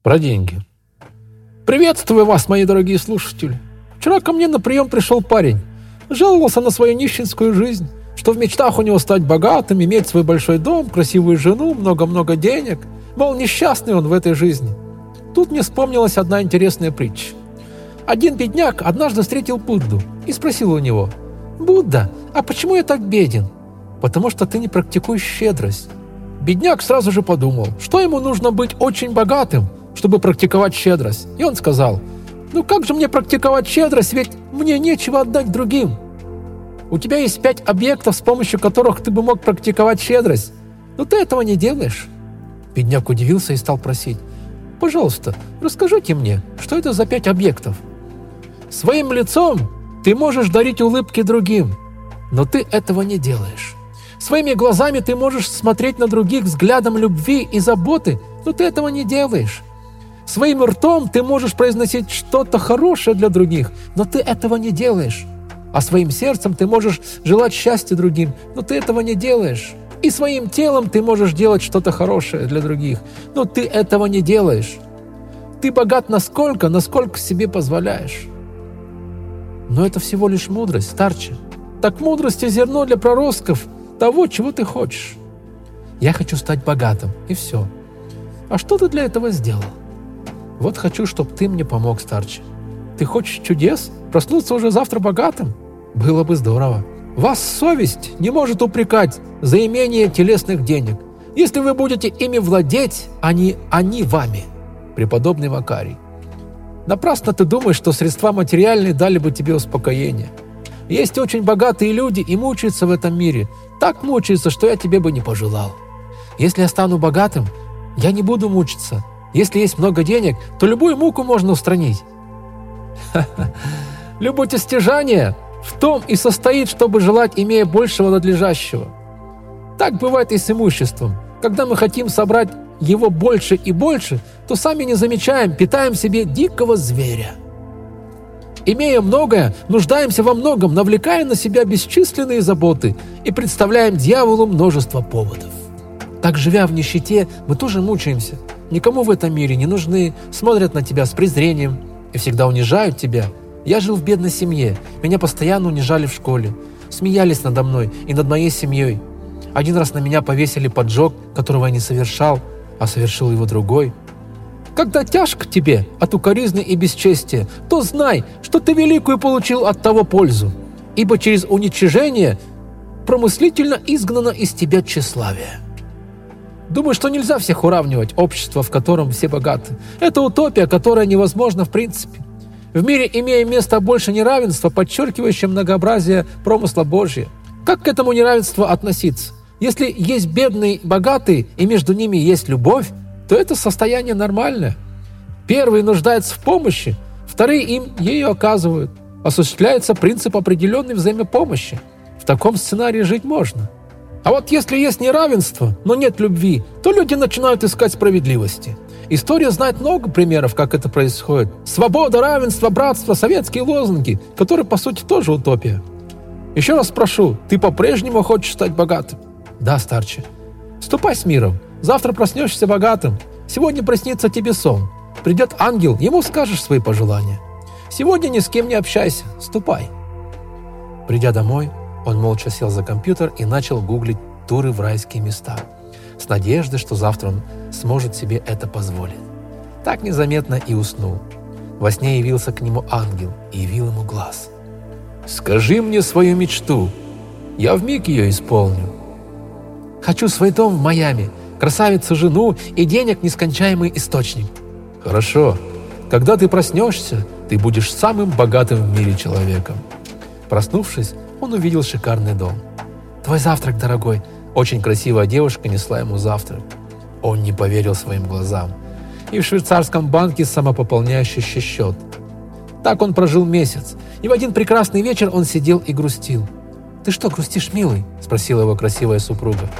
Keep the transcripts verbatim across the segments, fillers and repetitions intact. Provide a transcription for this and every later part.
Про деньги. Приветствую вас, мои дорогие слушатели. Вчера ко мне на прием пришел парень. Жаловался на свою нищенскую жизнь, что в мечтах у него стать богатым, иметь свой большой дом, красивую жену, много-много денег. Мол, несчастный он в этой жизни. Тут мне вспомнилась одна интересная притча. Один бедняк однажды встретил Будду и спросил у него: «Будда, а почему я так беден?» «Потому что ты не практикуешь щедрость». Бедняк сразу же подумал, что ему нужно быть очень богатым, чтобы практиковать щедрость. И он сказал: «Ну как же мне практиковать щедрость, ведь мне нечего отдать другим». У тебя есть пять объектов, с помощью которых ты бы мог практиковать щедрость, но ты этого не делаешь. Бедняк удивился и стал просить: «Пожалуйста, расскажите мне, что это за пять объектов?» «Своим лицом ты можешь дарить улыбки другим, но ты этого не делаешь. Своими глазами ты можешь смотреть на других взглядом любви и заботы, но ты этого не делаешь. Своим ртом ты можешь произносить что-то хорошее для других, но ты этого не делаешь. А своим сердцем ты можешь желать счастья другим, но ты этого не делаешь. И своим телом ты можешь делать что-то хорошее для других, но ты этого не делаешь. Ты богат настолько, насколько себе позволяешь». Но это всего лишь мудрость, старче. Так мудрость и зерно для проростков того, чего ты хочешь. Я хочу стать богатым, и все. А что ты для этого сделал? Вот хочу, чтобы ты мне помог, старче. Ты хочешь чудес? Проснуться уже завтра богатым? Было бы здорово. Вас совесть не может упрекать за имение телесных денег, если вы будете ими владеть, а не они вами. Преподобный Макарий. Напрасно ты думаешь, что средства материальные дали бы тебе успокоение. Есть очень богатые люди и мучаются в этом мире. Так мучаются, что я тебе бы не пожелал. Если я стану богатым, я не буду мучиться. Если есть много денег, то любую муку можно устранить. Ха-ха. Любое стяжание в том и состоит, чтобы желать, имея большего надлежащего. Так бывает и с имуществом. Когда мы хотим собрать его больше и больше, то сами не замечаем, питаем в себе дикого зверя. Имея многое, нуждаемся во многом, навлекая на себя бесчисленные заботы и представляем дьяволу множество поводов. Так, живя в нищете, мы тоже мучаемся. Никому в этом мире не нужны, смотрят на тебя с презрением и всегда унижают тебя. Я жил в бедной семье, меня постоянно унижали в школе, смеялись надо мной и над моей семьей. Один раз на меня повесили поджог, которого я не совершал, а совершил его другой. Когда тяжко тебе от укоризны и бесчестия, то знай, что ты великую получил от того пользу, ибо через уничижение промыслительно изгнано из тебя тщеславие. Думаю, что нельзя всех уравнивать, общество, в котором все богаты. Это утопия, которая невозможна в принципе. В мире, имея место больше неравенства, подчеркивающее многообразие промысла Божия. Как к этому неравенству относиться? Если есть бедные и богатые, и между ними есть любовь, то это состояние нормальное. Первые нуждаются в помощи, вторые им ею оказывают. Осуществляется принцип определенной взаимопомощи. В таком сценарии жить можно. А вот если есть неравенство, но нет любви, то люди начинают искать справедливости. История знает много примеров, как это происходит. Свобода, равенство, братство, советские лозунги, которые, по сути, тоже утопия. Еще раз спрошу, ты по-прежнему хочешь стать богатым? Да, старче. Ступай с миром. Завтра проснешься богатым. Сегодня приснится тебе сон. Придет ангел, ему скажешь свои пожелания. Сегодня ни с кем не общайся. Ступай. Придя домой, он молча сел за компьютер и начал гуглить туры в райские места, с надеждой, что завтра он сможет себе это позволить. Так незаметно и уснул. Во сне явился к нему ангел и явил ему глаз. «Скажи мне свою мечту, я вмиг ее исполню». «Хочу свой дом в Майами, красавицу жену и денег нескончаемый источник». «Хорошо. Когда ты проснешься, ты будешь самым богатым в мире человеком». Проснувшись, он увидел шикарный дом. «Твой завтрак, дорогой». Очень красивая девушка несла ему завтрак. Он не поверил своим глазам. И в швейцарском банке самопополняющий счет. Так он прожил месяц. И в один прекрасный вечер он сидел и грустил. «Ты что грустишь, милый?» – спросила его красивая супруга.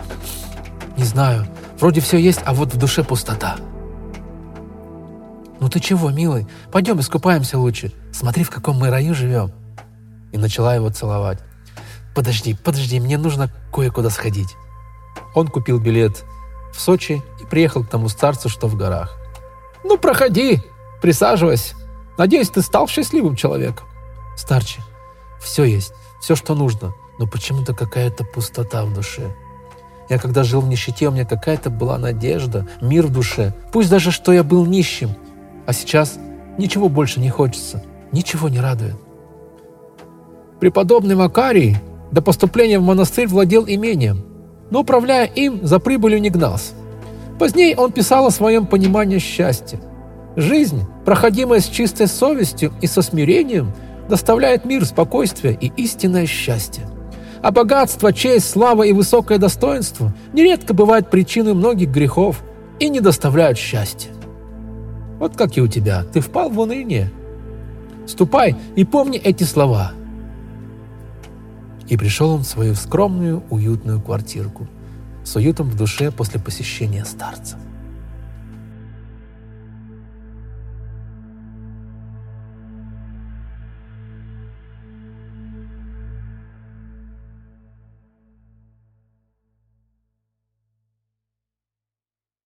«Не знаю. Вроде все есть, а вот в душе пустота». «Ну ты чего, милый? Пойдем искупаемся лучше. Смотри, в каком мы раю живем». И начала его целовать. «Подожди, подожди, мне нужно кое-куда сходить». Он купил билет в Сочи и приехал к тому старцу, что в горах. Ну, проходи, присаживайся. Надеюсь, ты стал счастливым человеком. Старче, все есть, все, что нужно, но почему-то какая-то пустота в душе. Я когда жил в нищете, у меня какая-то была надежда, мир в душе. Пусть даже, что я был нищим. А сейчас ничего больше не хочется, ничего не радует. Преподобный Макарий до поступления в монастырь владел имением, но, управляя им, за прибылью не гнался. Позднее он писал о своем понимании счастья. Жизнь, проходимая с чистой совестью и со смирением, доставляет мир, спокойствие и истинное счастье. А богатство, честь, слава и высокое достоинство нередко бывают причиной многих грехов и не доставляют счастья. Вот как и у тебя, ты впал в уныние. Ступай и помни эти слова. И пришел он в свою скромную, уютную квартирку с уютом в душе после посещения старца.